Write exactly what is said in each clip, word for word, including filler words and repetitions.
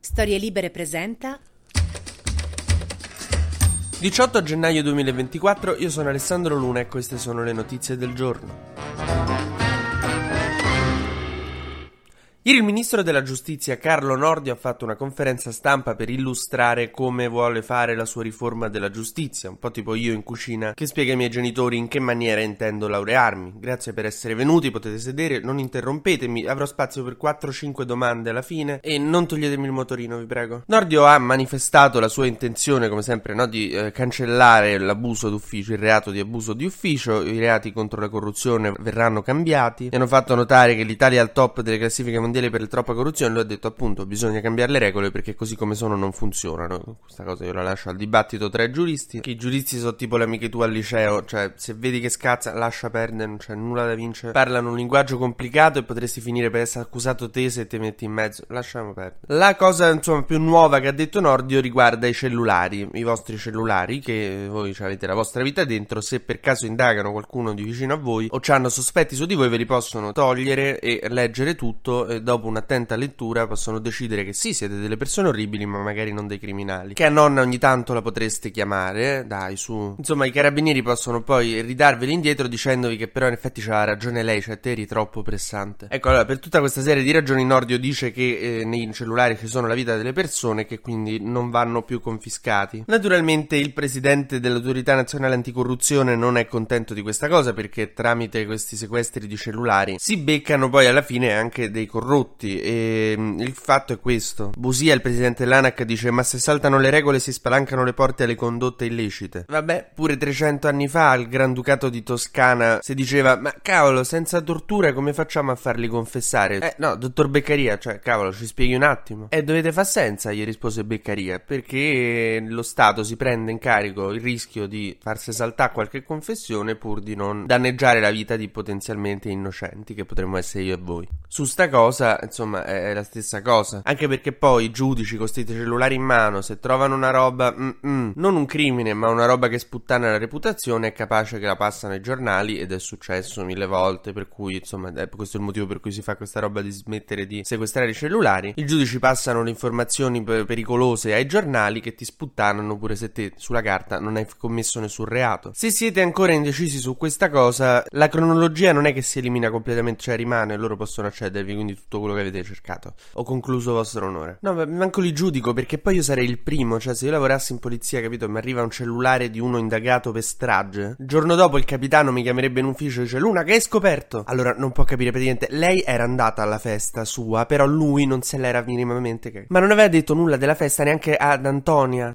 Storie Libere presenta diciotto gennaio duemilaventiquattro, io sono Alessandro Luna e queste sono le notizie del giorno. Ieri il ministro della giustizia Carlo Nordio ha fatto una conferenza stampa per illustrare come vuole fare la sua riforma della giustizia, un po' tipo io in cucina che spiega ai miei genitori in che maniera intendo laurearmi. Grazie per essere venuti, potete sedere, non interrompetemi, avrò spazio per quattro cinque domande alla fine e non toglietemi il motorino, vi prego. Nordio ha manifestato la sua intenzione, come sempre, no, di eh, cancellare l'abuso d'ufficio, il reato di abuso di ufficio, i reati contro la corruzione verranno cambiati e hanno fatto notare che l'Italia è al top delle classifiche mondiali per la troppa corruzione. Lui ha detto appunto bisogna cambiare le regole perché così come sono non funzionano. Questa cosa io la lascio al dibattito tra i giuristi, che i giuristi sono tipo l'amiche tu al liceo, cioè se vedi che scazza lascia perdere, non c'è nulla da vincere, parlano un linguaggio complicato e potresti finire per essere accusato te se ti metti in mezzo, lasciamo perdere. La cosa insomma più nuova che ha detto Nordio riguarda i cellulari, i vostri cellulari che voi avete la vostra vita dentro, se per caso indagano qualcuno di vicino a voi o c'hanno sospetti su di voi ve li possono togliere e leggere tutto e dopo un'attenta lettura possono decidere che sì, siete delle persone orribili ma magari non dei criminali, che a nonna ogni tanto la potreste chiamare, dai su, insomma i carabinieri possono poi ridarveli indietro dicendovi che però in effetti c'ha ragione lei, cioè te eri troppo pressante. Ecco, allora per tutta questa serie di ragioni Nordio dice che eh, nei cellulari ci sono la vita delle persone che quindi non vanno più confiscati. Naturalmente il presidente dell'autorità nazionale anticorruzione non è contento di questa cosa perché tramite questi sequestri di cellulari si beccano poi alla fine anche dei corrotti e il fatto è questo. Busia, il presidente dell'ANAC, dice ma se saltano le regole si spalancano le porte alle condotte illecite. Vabbè, pure trecento anni fa al Granducato di Toscana si diceva ma cavolo, senza tortura come facciamo a farli confessare? Eh no, dottor Beccaria, cioè cavolo, ci spieghi un attimo. E eh, dovete far senza, gli rispose Beccaria, perché lo Stato si prende in carico il rischio di farsi saltare qualche confessione pur di non danneggiare la vita di potenzialmente innocenti che potremmo essere io e voi. Su sta cosa insomma è la stessa cosa, anche perché poi i giudici con questi cellulari in mano, se trovano una roba mm-mm, non un crimine ma una roba che sputtana la reputazione, è capace che la passano ai giornali ed è successo mille volte, per cui insomma è questo il motivo per cui si fa questa roba di smettere di sequestrare i cellulari. I giudici passano le informazioni per- pericolose ai giornali che ti sputtanano pure se te sulla carta non hai commesso nessun reato. Se siete ancora indecisi su questa cosa, la cronologia non è che si elimina completamente, cioè rimane, loro possono accedervi, quindi tutto quello che avete cercato. Ho concluso vostro onore. No, ma manco li giudico perché poi io sarei il primo, cioè se io lavorassi in polizia, capito, mi arriva un cellulare di uno indagato per strage, il giorno dopo il capitano mi chiamerebbe in ufficio e dice Luna che hai scoperto? Allora non può capire praticamente, lei era andata alla festa sua però lui non se l'era minimamente che... ma non aveva detto nulla della festa neanche ad Antonia.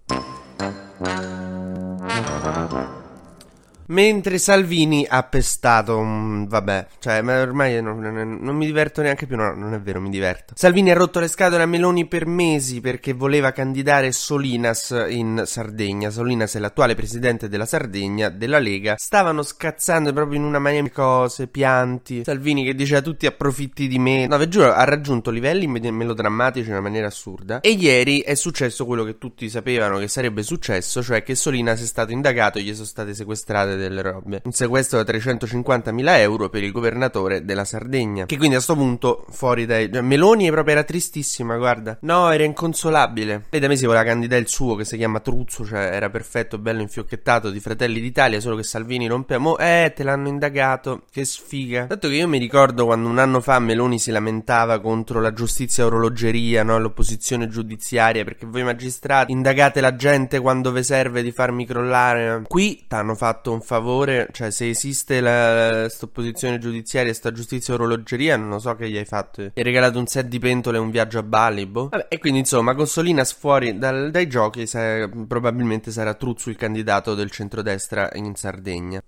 Mentre Salvini ha pestato, mh, vabbè, cioè, ma ormai non, non, non mi diverto neanche più, no, non è vero, mi diverto. Salvini ha rotto le scatole a Meloni per mesi perché voleva candidare Solinas in Sardegna. Solinas è l'attuale presidente della Sardegna, della Lega. Stavano scazzando proprio in una maniera di cose, pianti. Salvini che dice a tutti approfitti di me. No, vi giuro, ha raggiunto livelli melodrammatici in una maniera assurda. E ieri è successo quello che tutti sapevano che sarebbe successo, cioè che Solinas è stato indagato e gli sono state sequestrate delle robe, un sequestro da trecentocinquantamila euro per il governatore della Sardegna, che quindi a sto punto fuori dai... Meloni proprio era tristissima, guarda, no, era inconsolabile. E da me si voleva candidare il suo che si chiama Truzzo, cioè era perfetto, bello infiocchettato di Fratelli d'Italia, solo che Salvini rompeva, mo eh te l'hanno indagato, che sfiga. Tanto che io mi ricordo quando un anno fa Meloni si lamentava contro la giustizia a orologeria, no, l'opposizione giudiziaria, perché voi magistrati indagate la gente quando vi serve di farmi crollare. Qui t'hanno fatto un favore, cioè se esiste la sta opposizione giudiziaria e sta giustizia orologeria non lo so che gli hai fatto, gli hai regalato un set di pentole e un viaggio a Bali, boh. Vabbè, e quindi insomma con Solinas fuori dal, dai giochi sa, probabilmente sarà Truzzo il candidato del centrodestra in Sardegna.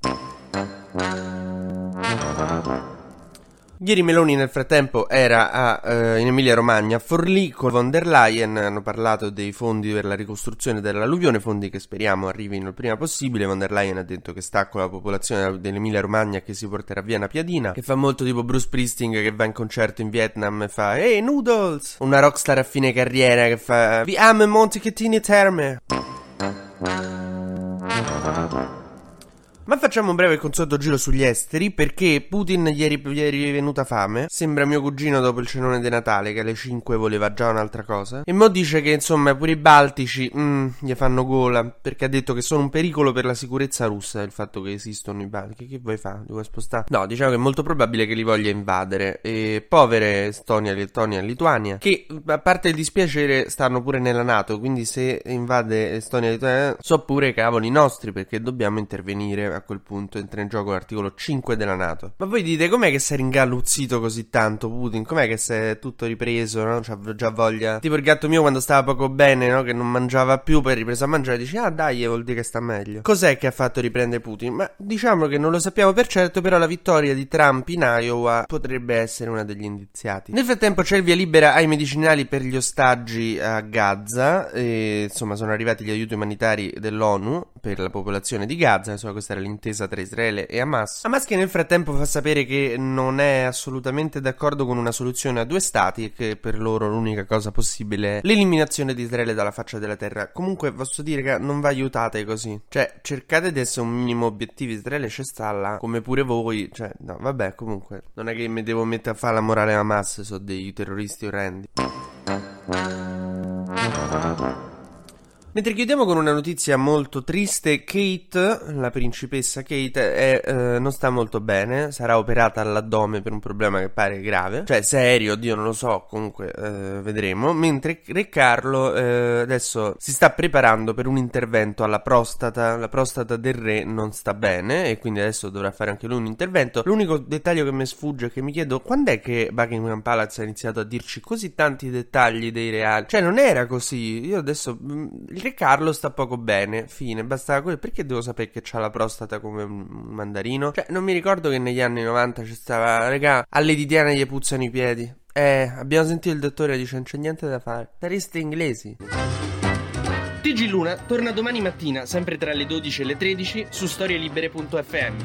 Ieri Meloni nel frattempo era a, eh, in Emilia Romagna a Forlì con von der Leyen, hanno parlato dei fondi per la ricostruzione dell'alluvione, fondi che speriamo arrivino il prima possibile. Von der Leyen ha detto che sta con la popolazione dell'Emilia Romagna che si porterà via una piadina, che fa molto tipo Bruce Springsteen che va in concerto in Vietnam e fa hey noodles, una rockstar a fine carriera che fa vi amo Monte Chettini Terme. Ma facciamo un breve consueto giro sugli esteri, perché Putin ieri, ieri è venuta fame. Sembra mio cugino dopo il cenone di Natale, che alle cinque voleva già un'altra cosa. E mo dice che insomma pure i baltici mm, gli fanno gola, perché ha detto che sono un pericolo per la sicurezza russa il fatto che esistono i baltici. Che vuoi fare? Li vuoi spostare? No, diciamo che è molto probabile che li voglia invadere. E povere Estonia, Lettonia e Lituania, che a parte il dispiacere stanno pure nella NATO, quindi se invade Estonia e Lituania so pure cavoli nostri, perché dobbiamo intervenire. A quel punto entra in gioco l'articolo cinque della NATO. Ma voi dite, com'è che si è ringalluzzito così tanto Putin? Com'è che si è tutto ripreso, no? C'ha già voglia. Tipo il gatto mio quando stava poco bene, no? Che non mangiava più, poi è ripreso a mangiare e dice ah dai, vuol dire che sta meglio. Cos'è che ha fatto riprendere Putin? Ma diciamo che non lo sappiamo per certo, però la vittoria di Trump in Iowa potrebbe essere una degli indiziati. Nel frattempo c'è il via libera ai medicinali per gli ostaggi a Gaza e insomma sono arrivati gli aiuti umanitari dell'ONU per la popolazione di Gaza. Insomma questa era l'intesa tra Israele e Hamas. Hamas che nel frattempo fa sapere che non è assolutamente d'accordo con una soluzione a due stati e che per loro l'unica cosa possibile è l'eliminazione di Israele dalla faccia della terra. Comunque posso dire che non va aiutate così, cioè cercate di essere un minimo obiettivi. Israele c'è sta là come pure voi, cioè no vabbè, comunque non è che mi devo mettere a fare la morale a Hamas, sono dei terroristi orrendi. Mentre chiudiamo con una notizia molto triste, Kate, la principessa Kate, è, eh, non sta molto bene, sarà operata all'addome per un problema che pare grave, cioè serio, oddio non lo so, comunque eh, vedremo, mentre Re Carlo eh, adesso si sta preparando per un intervento alla prostata, la prostata del re non sta bene e quindi adesso dovrà fare anche lui un intervento. L'unico dettaglio che mi sfugge è che mi chiedo quando è che Buckingham Palace ha iniziato a dirci così tanti dettagli dei reali, cioè non era così, io adesso... il Re Carlo sta poco bene, fine, bastava quello. Perché devo sapere che c'ha la prostata come un mandarino? Cioè, non mi ricordo che negli anni novanta ci stava, regà, a Lady Diana gli puzzano i piedi. Eh, abbiamo sentito il dottore, dice non c'è niente da fare. Sareste inglesi. T G Luna torna domani mattina, sempre tra le dodici e le tredici, su storielibere punto effe emme.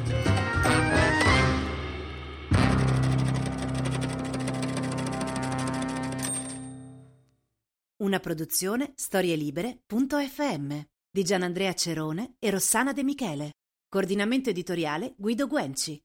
Una produzione storielibere punto effe emme di Gianandrea Cerone e Rossana De Michele. Coordinamento editoriale Guido Guenci.